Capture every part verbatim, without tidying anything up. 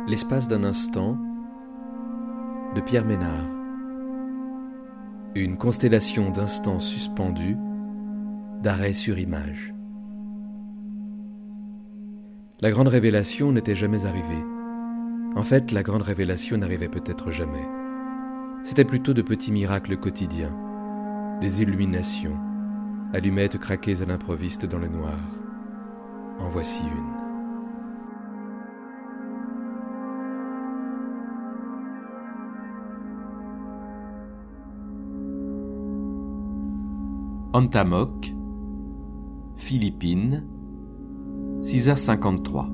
L'espace d'un instant de Pierre Ménard. Une constellation d'instants suspendus, d'arrêt sur image. La grande révélation n'était jamais arrivée. En fait, la grande révélation n'arrivait peut-être jamais. C'était plutôt de petits miracles quotidiens, des illuminations, allumettes craquées à l'improviste dans le noir. En voici une. Antamok, Philippines, six heures cinquante-trois.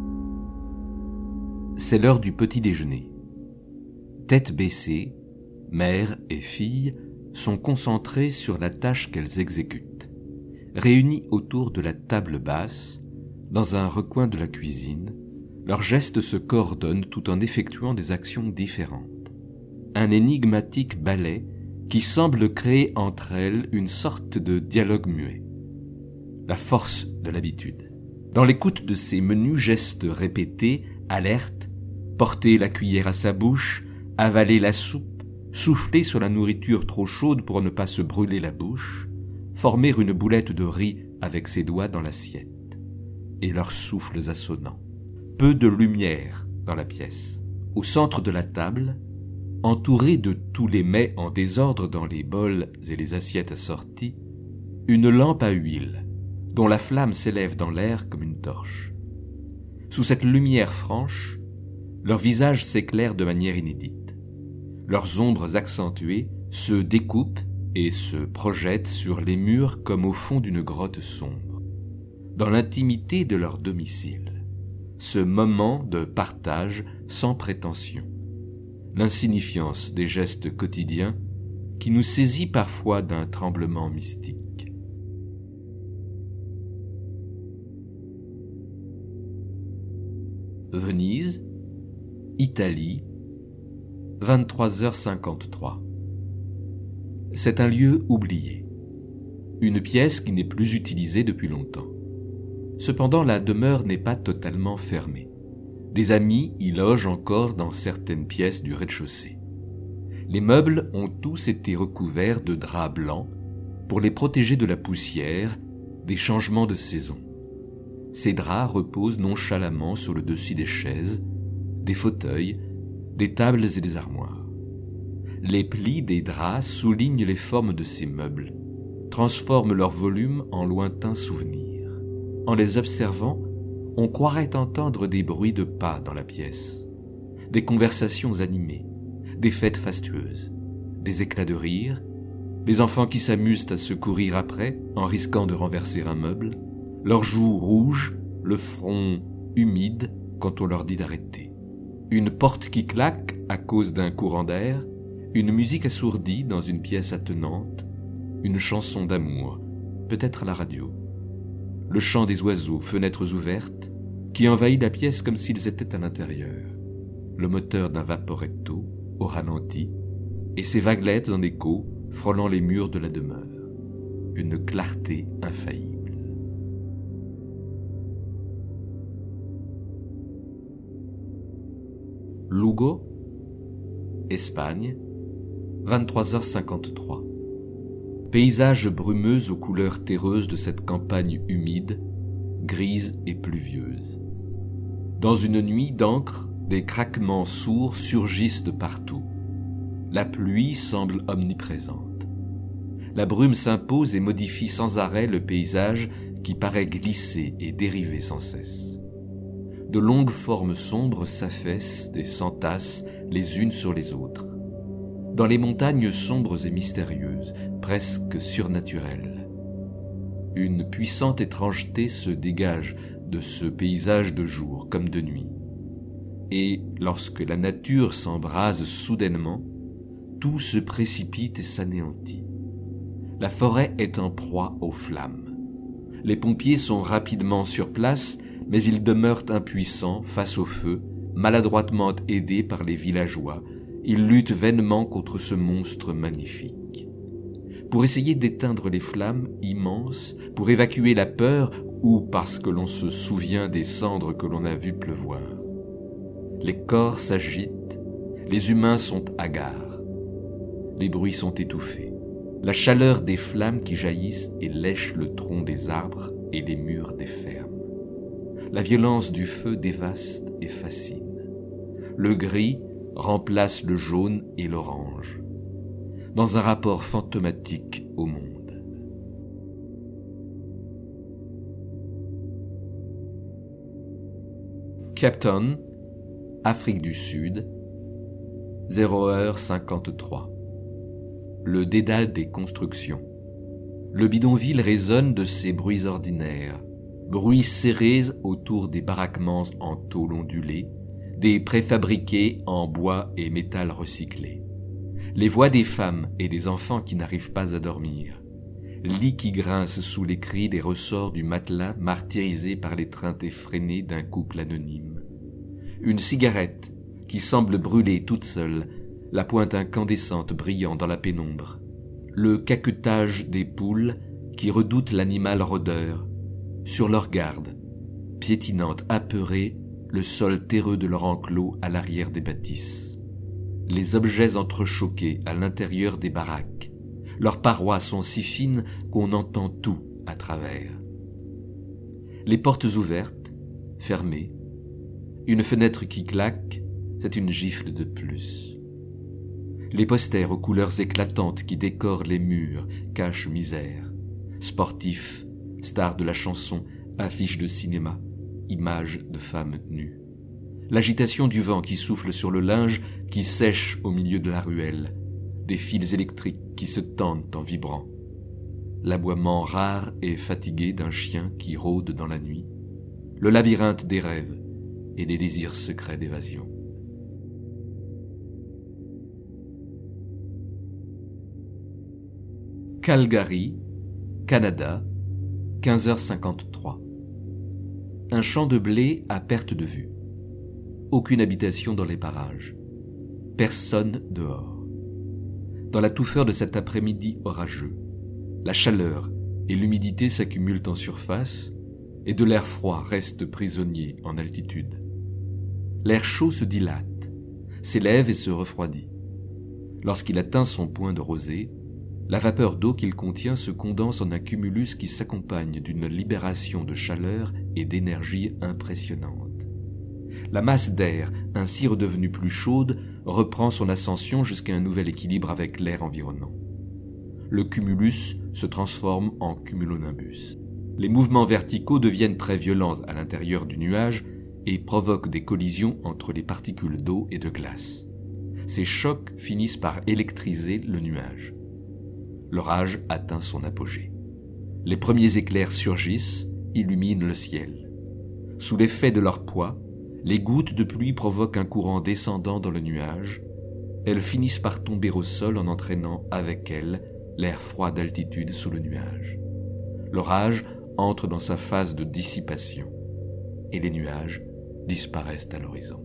C'est l'heure du petit déjeuner. Tête baissée, mère et fille sont concentrées sur la tâche qu'elles exécutent. Réunies autour de la table basse, dans un recoin de la cuisine, leurs gestes se coordonnent tout en effectuant des actions différentes. Un énigmatique ballet qui semble créer entre elles une sorte de dialogue muet. La force de l'habitude. Dans l'écoute de ces menus gestes répétés, alertes, porter la cuillère à sa bouche, avaler la soupe, souffler sur la nourriture trop chaude pour ne pas se brûler la bouche, former une boulette de riz avec ses doigts dans l'assiette, et leurs souffles assonnants. Peu de lumière dans la pièce. Au centre de la table, entouré de tous les mets en désordre dans les bols et les assiettes assorties, une lampe à huile, dont la flamme s'élève dans l'air comme une torche. Sous cette lumière franche, leurs visages s'éclairent de manière inédite. Leurs ombres accentuées se découpent et se projettent sur les murs comme au fond d'une grotte sombre. Dans l'intimité de leur domicile, ce moment de partage sans prétention. L'insignifiance des gestes quotidiens qui nous saisit parfois d'un tremblement mystique. Venise, Italie, vingt-trois heures cinquante-trois. C'est un lieu oublié, une pièce qui n'est plus utilisée depuis longtemps. Cependant, la demeure n'est pas totalement fermée. Des amis y logent encore dans certaines pièces du rez-de-chaussée. Les meubles ont tous été recouverts de draps blancs pour les protéger de la poussière, des changements de saison. Ces draps reposent nonchalamment sur le dessus des chaises, des fauteuils, des tables et des armoires. Les plis des draps soulignent les formes de ces meubles, transforment leur volume en lointains souvenirs. En les observant, on croirait entendre des bruits de pas dans la pièce, des conversations animées, des fêtes fastueuses, des éclats de rire, les enfants qui s'amusent à se courir après en risquant de renverser un meuble, leurs joues rouges, le front humide quand on leur dit d'arrêter. Une porte qui claque à cause d'un courant d'air, une musique assourdie dans une pièce attenante, une chanson d'amour, peut-être à la radio. Le chant des oiseaux, fenêtres ouvertes, qui envahit la pièce comme s'ils étaient à l'intérieur. Le moteur d'un vaporetto, au ralenti, et ses vaguelettes en écho, frôlant les murs de la demeure. Une clarté infaillible. Lugo, Espagne, vingt-trois heures cinquante-trois. Paysage brumeux aux couleurs terreuses de cette campagne humide, grise et pluvieuse. Dans une nuit d'encre, des craquements sourds surgissent de partout. La pluie semble omniprésente. La brume s'impose et modifie sans arrêt le paysage qui paraît glisser et dériver sans cesse. De longues formes sombres s'affaissent et s'entassent les unes sur les autres. Dans les montagnes sombres et mystérieuses, presque surnaturelles. Une puissante étrangeté se dégage de ce paysage de jour comme de nuit. Et lorsque la nature s'embrase soudainement, tout se précipite et s'anéantit. La forêt est en proie aux flammes. Les pompiers sont rapidement sur place, mais ils demeurent impuissants face au feu, maladroitement aidés par les villageois. Ils luttent vainement contre ce monstre magnifique. Pour essayer d'éteindre les flammes immenses, pour évacuer la peur ou parce que l'on se souvient des cendres que l'on a vues pleuvoir. Les corps s'agitent, les humains sont hagards. Les bruits sont étouffés. La chaleur des flammes qui jaillissent et lèchent le tronc des arbres et les murs des fermes. La violence du feu dévaste et fascine. Le gris remplace le jaune et l'orange, dans un rapport fantomatique au monde. Cape Town, Afrique du Sud, zéro heure cinquante-trois. Le dédale des constructions. Le bidonville résonne de ces bruits ordinaires, bruits serrés autour des baraquements en tôle ondulée, des préfabriqués en bois et métal recyclé. Les voix des femmes et des enfants qui n'arrivent pas à dormir. Lits qui grincent sous les cris des ressorts du matelas martyrisé par l'étreinte effrénée d'un couple anonyme. Une cigarette qui semble brûler toute seule, la pointe incandescente brillant dans la pénombre. Le caquetage des poules qui redoutent l'animal rôdeur, sur leur garde, piétinant apeurés le sol terreux de leur enclos à l'arrière des bâtisses. Les objets entrechoqués à l'intérieur des baraques. Leurs parois sont si fines qu'on entend tout à travers. Les portes ouvertes, fermées. Une fenêtre qui claque, c'est une gifle de plus. Les posters aux couleurs éclatantes qui décorent les murs cachent misère. Sportifs, stars de la chanson, affiches de cinéma, images de femmes nues. L'agitation du vent qui souffle sur le linge qui sèche au milieu de la ruelle. Des fils électriques qui se tendent en vibrant. L'aboiement rare et fatigué d'un chien qui rôde dans la nuit. Le labyrinthe des rêves et des désirs secrets d'évasion. Calgary, Canada, quinze heures cinquante-trois. Un champ de blé à perte de vue. Aucune habitation dans les parages. Personne dehors. Dans la touffeur de cet après-midi orageux, la chaleur et l'humidité s'accumulent en surface et de l'air froid reste prisonnier en altitude. L'air chaud se dilate, s'élève et se refroidit. Lorsqu'il atteint son point de rosée, la vapeur d'eau qu'il contient se condense en un cumulus qui s'accompagne d'une libération de chaleur et d'énergie impressionnante. La masse d'air, ainsi redevenue plus chaude, reprend son ascension jusqu'à un nouvel équilibre avec l'air environnant. Le cumulus se transforme en cumulonimbus. Les mouvements verticaux deviennent très violents à l'intérieur du nuage et provoquent des collisions entre les particules d'eau et de glace. Ces chocs finissent par électriser le nuage. L'orage atteint son apogée. Les premiers éclairs surgissent, illuminent le ciel. Sous l'effet de leur poids, les gouttes de pluie provoquent un courant descendant dans le nuage. Elles finissent par tomber au sol en entraînant avec elles l'air froid d'altitude sous le nuage. L'orage entre dans sa phase de dissipation et les nuages disparaissent à l'horizon.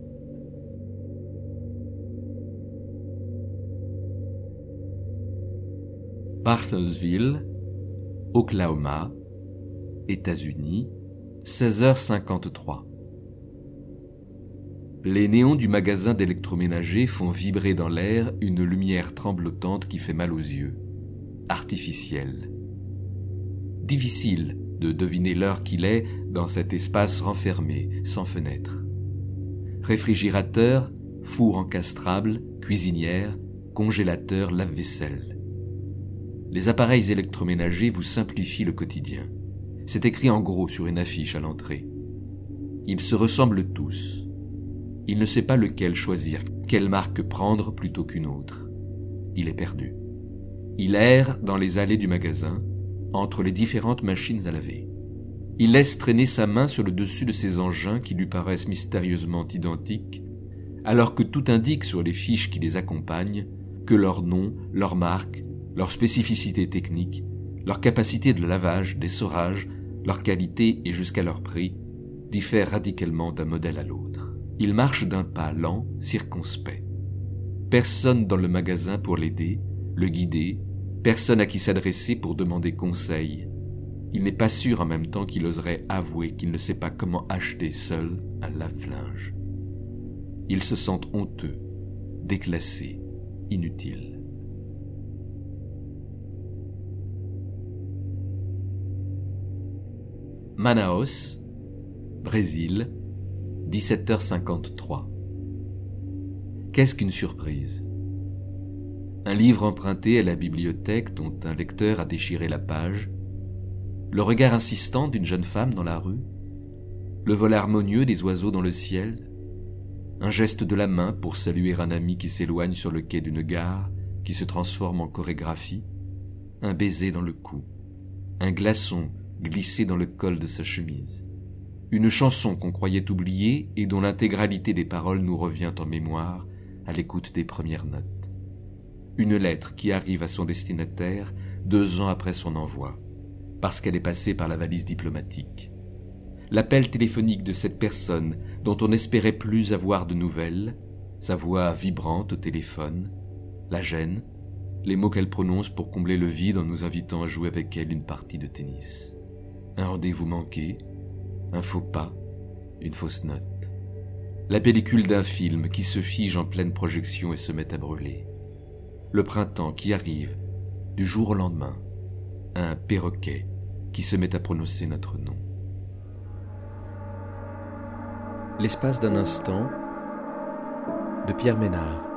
Bartlesville, Oklahoma, États-Unis, seize heures cinquante-trois. Les néons du magasin d'électroménager font vibrer dans l'air une lumière tremblotante qui fait mal aux yeux, artificielle. Difficile de deviner l'heure qu'il est dans cet espace renfermé, sans fenêtre. Réfrigérateur, four encastrable, cuisinière, congélateur, lave-vaisselle. Les appareils électroménagers vous simplifient le quotidien. C'est écrit en gros sur une affiche à l'entrée. Ils se ressemblent tous. Il ne sait pas lequel choisir, quelle marque prendre plutôt qu'une autre. Il est perdu. Il erre dans les allées du magasin, entre les différentes machines à laver. Il laisse traîner sa main sur le dessus de ces engins qui lui paraissent mystérieusement identiques, alors que tout indique sur les fiches qui les accompagnent que leur nom, leur marque, leur spécificité technique, leur capacité de lavage, d'essorage, leur qualité et jusqu'à leur prix diffèrent radicalement d'un modèle à l'autre. Il marche d'un pas lent, circonspect. Personne dans le magasin pour l'aider, le guider, personne à qui s'adresser pour demander conseil. Il n'est pas sûr en même temps qu'il oserait avouer qu'il ne sait pas comment acheter seul un lave-linge. Ils se sentent honteux, déclassés, inutiles. Manaus, Brésil, dix-sept heures cinquante-trois. Qu'est-ce qu'une surprise? Un livre emprunté à la bibliothèque dont un lecteur a déchiré la page, le regard insistant d'une jeune femme dans la rue, le vol harmonieux des oiseaux dans le ciel, un geste de la main pour saluer un ami qui s'éloigne sur le quai d'une gare, qui se transforme en chorégraphie, un baiser dans le cou, un glaçon glissé dans le col de sa chemise, une chanson qu'on croyait oubliée et dont l'intégralité des paroles nous revient en mémoire à l'écoute des premières notes, une lettre qui arrive à son destinataire deux ans après son envoi, parce qu'elle est passée par la valise diplomatique, l'appel téléphonique de cette personne dont on n'espérait plus avoir de nouvelles, sa voix vibrante au téléphone, la gêne, les mots qu'elle prononce pour combler le vide en nous invitant à jouer avec elle une partie de tennis. Un rendez-vous manqué, un faux pas, une fausse note. La pellicule d'un film qui se fige en pleine projection et se met à brûler. Le printemps qui arrive, du jour au lendemain. Un perroquet qui se met à prononcer notre nom. L'espace d'un instant de Pierre Ménard.